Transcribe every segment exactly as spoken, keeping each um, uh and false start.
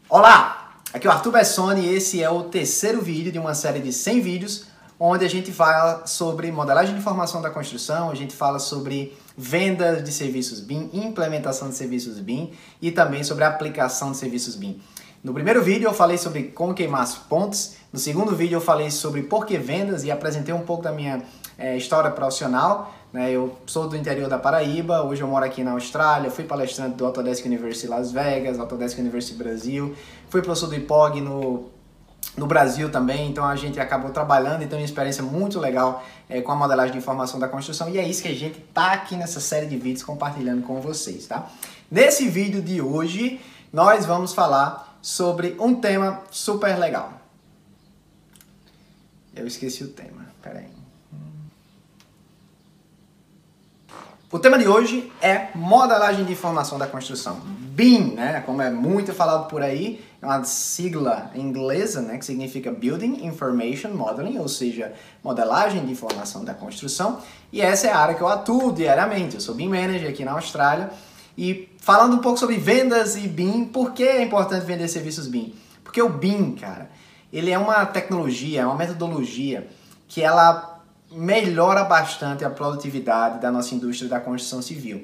Olá, aqui é o Arthur Bessoni e esse é o terceiro vídeo de uma série de cem vídeos onde a gente fala sobre modelagem de informação da construção, a gente fala sobre venda de serviços B I M, implementação de serviços B I M e também sobre a aplicação de serviços B I M. No primeiro vídeo eu falei sobre como queimar as pontes, no segundo vídeo eu falei sobre por que vendas e apresentei um pouco da minha é, história profissional. Né? Eu sou do interior da Paraíba, hoje eu moro aqui na Austrália, fui palestrante do Autodesk University Las Vegas, Autodesk University Brasil, fui professor do I P O G no, no Brasil também, então a gente acabou trabalhando e tem uma experiência muito legal é, com a modelagem de informação da construção e é isso que a gente tá aqui nessa série de vídeos compartilhando com vocês, tá? Nesse vídeo de hoje, nós vamos falar sobre um tema super legal. Eu esqueci o tema, peraí. O tema de hoje é modelagem de informação da construção. B I M, né, como é muito falado por aí, é uma sigla inglesa, né, que significa Building Information Modeling, ou seja, modelagem de informação da construção. E essa é a área que eu atuo diariamente. Eu sou B I M Manager aqui na Austrália. E falando um pouco sobre vendas e B I M, por que é importante vender serviços B I M? Porque o B I M, cara, ele é uma tecnologia, é uma metodologia que ela melhora bastante a produtividade da nossa indústria da construção civil.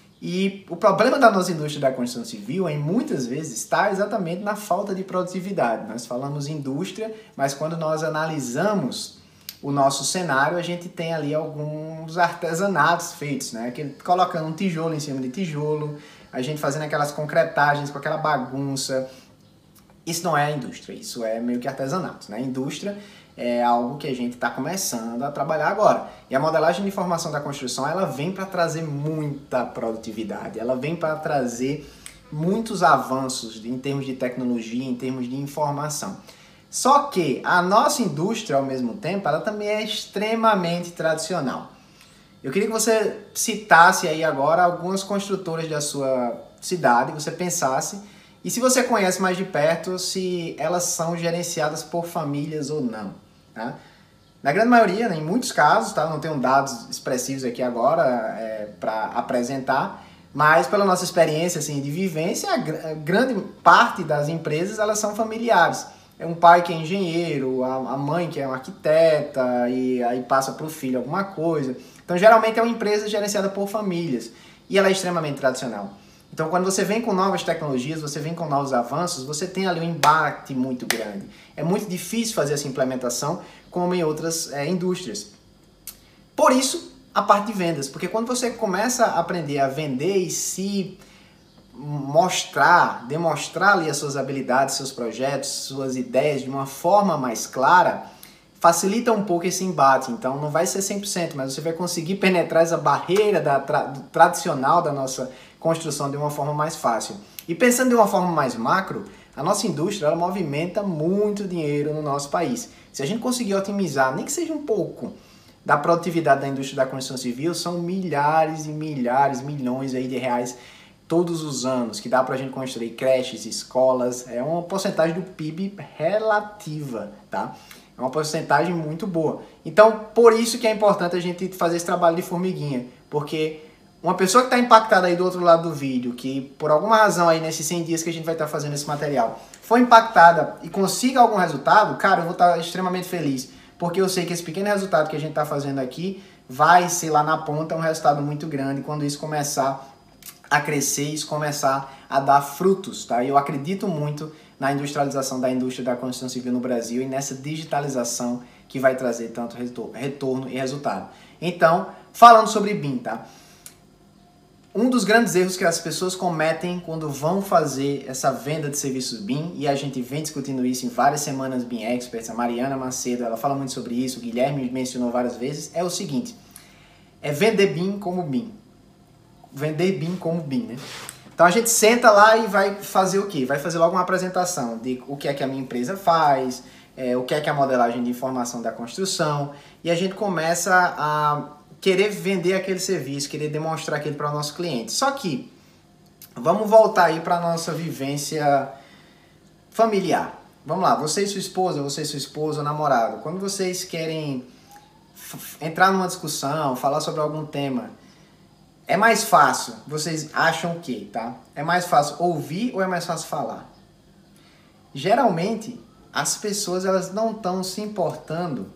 E o problema da nossa indústria da construção civil, em muitas vezes, está exatamente na falta de produtividade. Nós falamos indústria, mas quando nós analisamos o nosso cenário, a gente tem ali alguns artesanatos feitos, né? Aquele, colocando um tijolo em cima de tijolo, a gente fazendo aquelas concretagens com aquela bagunça. Isso não é a indústria, isso é meio que artesanato, né? A indústria é algo que a gente está começando a trabalhar agora. E a modelagem de informação da construção, ela vem para trazer muita produtividade, ela vem para trazer muitos avanços em termos de tecnologia, em termos de informação. Só que a nossa indústria, ao mesmo tempo, ela também é extremamente tradicional. Eu queria que você citasse aí agora algumas construtoras da sua cidade, você pensasse, e se você conhece mais de perto, se elas são gerenciadas por famílias ou não. Tá? Na grande maioria, né, em muitos casos, tá? Não tenho dados expressivos aqui agora é, para apresentar, mas pela nossa experiência assim, de vivência, a, gr a grande parte das empresas elas são familiares. É um pai que é engenheiro, a, a mãe que é uma arquiteta, e aí passa para o filho alguma coisa. Então, geralmente é uma empresa gerenciada por famílias e ela é extremamente tradicional. Então, quando você vem com novas tecnologias, você vem com novos avanços, você tem ali um embate muito grande. É muito difícil fazer essa implementação, como em outras é, indústrias. Por isso, a parte de vendas. Porque quando você começa a aprender a vender e se mostrar, demonstrar ali as suas habilidades, seus projetos, suas ideias de uma forma mais clara, facilita um pouco esse embate. Então, não vai ser cem por cento, mas você vai conseguir penetrar essa barreira da tra do tradicional da nossa construção de uma forma mais fácil. E pensando de uma forma mais macro, a nossa indústria ela movimenta muito dinheiro no nosso país. Se a gente conseguir otimizar, nem que seja um pouco, da produtividade da indústria da construção civil, são milhares e milhares, milhões aí de reais todos os anos, que dá para a gente construir creches, escolas, é uma porcentagem do P I B relativa, tá? É uma porcentagem muito boa. Então, por isso que é importante a gente fazer esse trabalho de formiguinha, porque uma pessoa que está impactada aí do outro lado do vídeo, que por alguma razão aí nesses cem dias que a gente vai estar tá fazendo esse material, foi impactada e consiga algum resultado, cara, eu vou estar tá extremamente feliz, porque eu sei que esse pequeno resultado que a gente está fazendo aqui vai ser lá na ponta um resultado muito grande quando isso começar a crescer, isso começar a dar frutos, tá? Eu acredito muito na industrialização da indústria da construção civil no Brasil e nessa digitalização que vai trazer tanto retorno e resultado. Então, falando sobre B I M, tá? Um dos grandes erros que as pessoas cometem quando vão fazer essa venda de serviços B I M, e a gente vem discutindo isso em várias semanas B I M Experts, a Mariana Macedo, ela fala muito sobre isso, o Guilherme mencionou várias vezes, é o seguinte, é vender B I M como B I M. Vender B I M como B I M, né? Então a gente senta lá e vai fazer o quê? Vai fazer logo uma apresentação de o que é que a minha empresa faz, é, o que é que é a modelagem de informação da construção, e a gente começa a querer vender aquele serviço, querer demonstrar aquele para o nosso cliente. Só que, vamos voltar aí para a nossa vivência familiar. Vamos lá, você e sua esposa, você e sua esposa ou namorado, quando vocês querem entrar numa discussão, falar sobre algum tema, é mais fácil, vocês acham o quê, tá? É mais fácil ouvir ou é mais fácil falar? Geralmente, as pessoas elas não estão se importando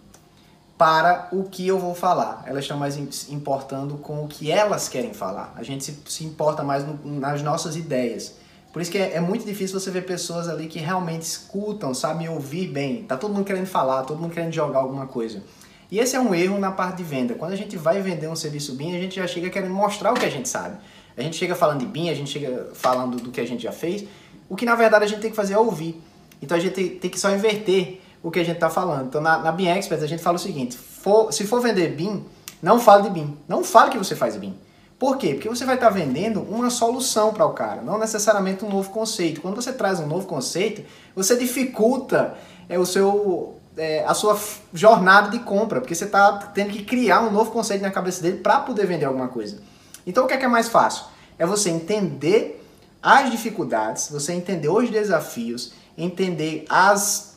para o que eu vou falar. Elas estão mais importando com o que elas querem falar. A gente se, se importa mais no, nas nossas ideias. Por isso que é, é muito difícil você ver pessoas ali que realmente escutam, sabem ouvir bem. Tá todo mundo querendo falar, todo mundo querendo jogar alguma coisa. E esse é um erro na parte de venda. Quando a gente vai vender um serviço B I M, a gente já chega querendo mostrar o que a gente sabe. A gente chega falando de B I M, a gente chega falando do que a gente já fez. O que na verdade a gente tem que fazer é ouvir. Então a gente tem, tem que só inverter o que a gente está falando. Então na, na B I M Expert a gente fala o seguinte, for, se for vender B I M, não fale de B I M. Não fale que você faz B I M. Por quê? Porque você vai estar vendendo uma solução para o cara, não necessariamente um novo conceito. Quando você traz um novo conceito, você dificulta é, o seu... É, a sua jornada de compra, porque você está tendo que criar um novo conceito na cabeça dele para poder vender alguma coisa. Então o que é, que é mais fácil? É você entender as dificuldades, você entender os desafios, entender as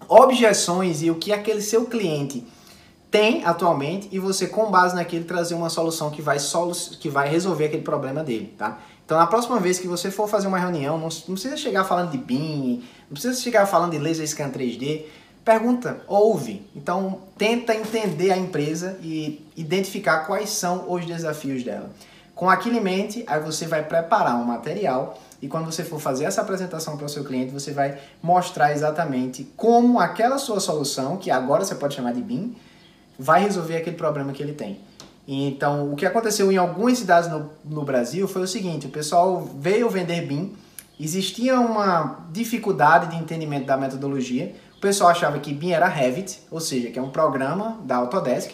objeções e o que aquele seu cliente tem atualmente e você, com base naquilo, trazer uma solução que vai, solu que vai resolver aquele problema dele, tá? Então, na próxima vez que você for fazer uma reunião, não, não precisa chegar falando de B I M, não precisa chegar falando de Laser Scan três D, pergunta, ouve. Então, tenta entender a empresa e identificar quais são os desafios dela. Com aquilo em mente, aí você vai preparar um material e quando você for fazer essa apresentação para o seu cliente, você vai mostrar exatamente como aquela sua solução, que agora você pode chamar de B I M, vai resolver aquele problema que ele tem. Então, o que aconteceu em algumas cidades no, no Brasil foi o seguinte, o pessoal veio vender B I M, existia uma dificuldade de entendimento da metodologia, o pessoal achava que B I M era Revit, ou seja, que é um programa da Autodesk,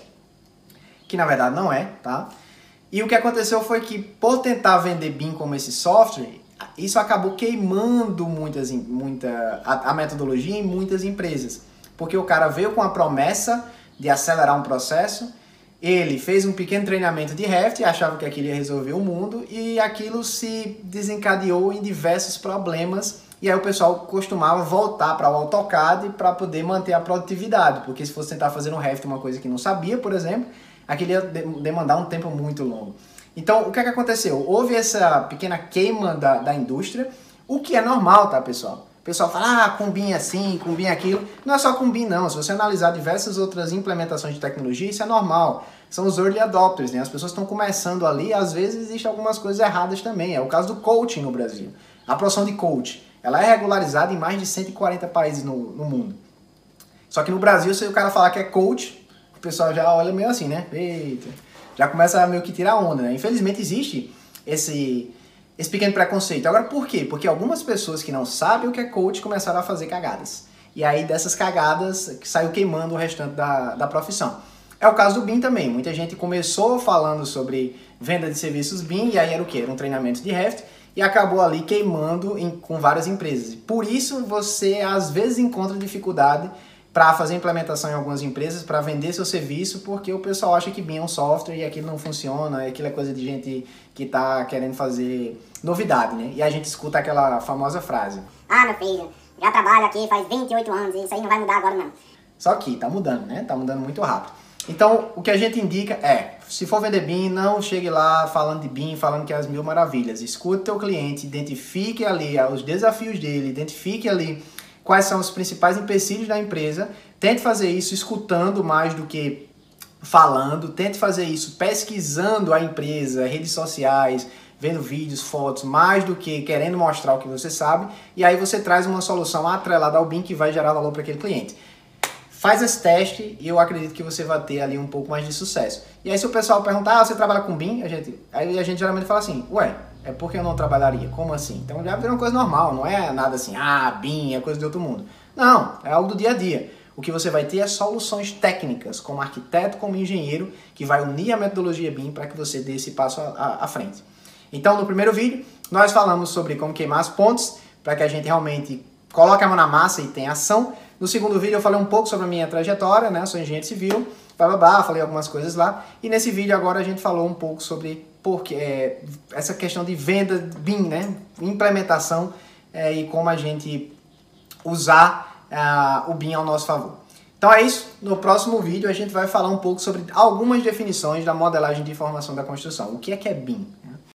que na verdade não é, tá? E o que aconteceu foi que, por tentar vender B I M como esse software, isso acabou queimando muitas, muita, a, a metodologia em muitas empresas. Porque o cara veio com a promessa de acelerar um processo, ele fez um pequeno treinamento de Revit, achava que aquilo ia resolver o mundo, e aquilo se desencadeou em diversos problemas. E aí o pessoal costumava voltar para o AutoCAD para poder manter a produtividade, porque se fosse tentar fazer no Revit uma coisa que não sabia, por exemplo, aquilo ia demandar um tempo muito longo. Então, o que é que aconteceu? Houve essa pequena queima da, da indústria, o que é normal, tá, pessoal? O pessoal fala, ah, com B I M assim, com B I M aquilo. Não é só com B I M, não. Se você analisar diversas outras implementações de tecnologia, isso é normal. São os early adopters, né? As pessoas estão começando ali, às vezes existem algumas coisas erradas também. É o caso do coaching no Brasil. A profissão de coach, ela é regularizada em mais de cento e quarenta países no, no mundo. Só que no Brasil, se o cara falar que é coach, o pessoal já olha meio assim, né? Eita, já começa a meio que tirar onda, né? Infelizmente existe esse, esse pequeno preconceito. Agora, por quê? Porque algumas pessoas que não sabem o que é coach começaram a fazer cagadas. E aí, dessas cagadas, saiu queimando o restante da, da profissão. É o caso do B I M também. Muita gente começou falando sobre venda de serviços B I M, e aí era o quê? Era um treinamento de Revit, e acabou ali queimando em, com várias empresas. Por isso, você às vezes encontra dificuldade para fazer implementação em algumas empresas, para vender seu serviço, porque o pessoal acha que B I M é um software e aquilo não funciona, e aquilo é coisa de gente que está querendo fazer novidade, né? E a gente escuta aquela famosa frase. Ah, meu filho, já trabalho aqui faz vinte e oito anos, e isso aí não vai mudar agora não. Só que tá mudando, né? Tá mudando muito rápido. Então, o que a gente indica é, se for vender B I M, não chegue lá falando de B I M, falando que é as mil maravilhas. Escute o teu cliente, identifique ali os desafios dele, identifique ali quais são os principais empecilhos da empresa. Tente fazer isso escutando mais do que falando. Tente fazer isso pesquisando a empresa, redes sociais, vendo vídeos, fotos, mais do que querendo mostrar o que você sabe. E aí você traz uma solução atrelada ao B I M que vai gerar valor para aquele cliente. Faz esse teste e eu acredito que você vai ter ali um pouco mais de sucesso. E aí se o pessoal perguntar, ah, você trabalha com B I M? A gente, aí a gente geralmente fala assim, ué, é porque eu não trabalharia? Como assim? Então já virou uma coisa normal, não é nada assim, ah, B I M é coisa de outro mundo. Não, é algo do dia a dia. O que você vai ter é soluções técnicas, como arquiteto, como engenheiro, que vai unir a metodologia B I M para que você dê esse passo à frente. Então no primeiro vídeo, nós falamos sobre como queimar as pontes, para que a gente realmente coloque a mão na massa e tenha ação. No segundo vídeo eu falei um pouco sobre a minha trajetória, né? Eu sou engenheiro civil, blá, blá, blá, falei algumas coisas lá. E nesse vídeo agora a gente falou um pouco sobre porque, é, essa questão de venda B I M, né? Implementação é, e como a gente usar uh, o B I M ao nosso favor. Então é isso. No próximo vídeo a gente vai falar um pouco sobre algumas definições da modelagem de informação da construção. O que é que é B I M?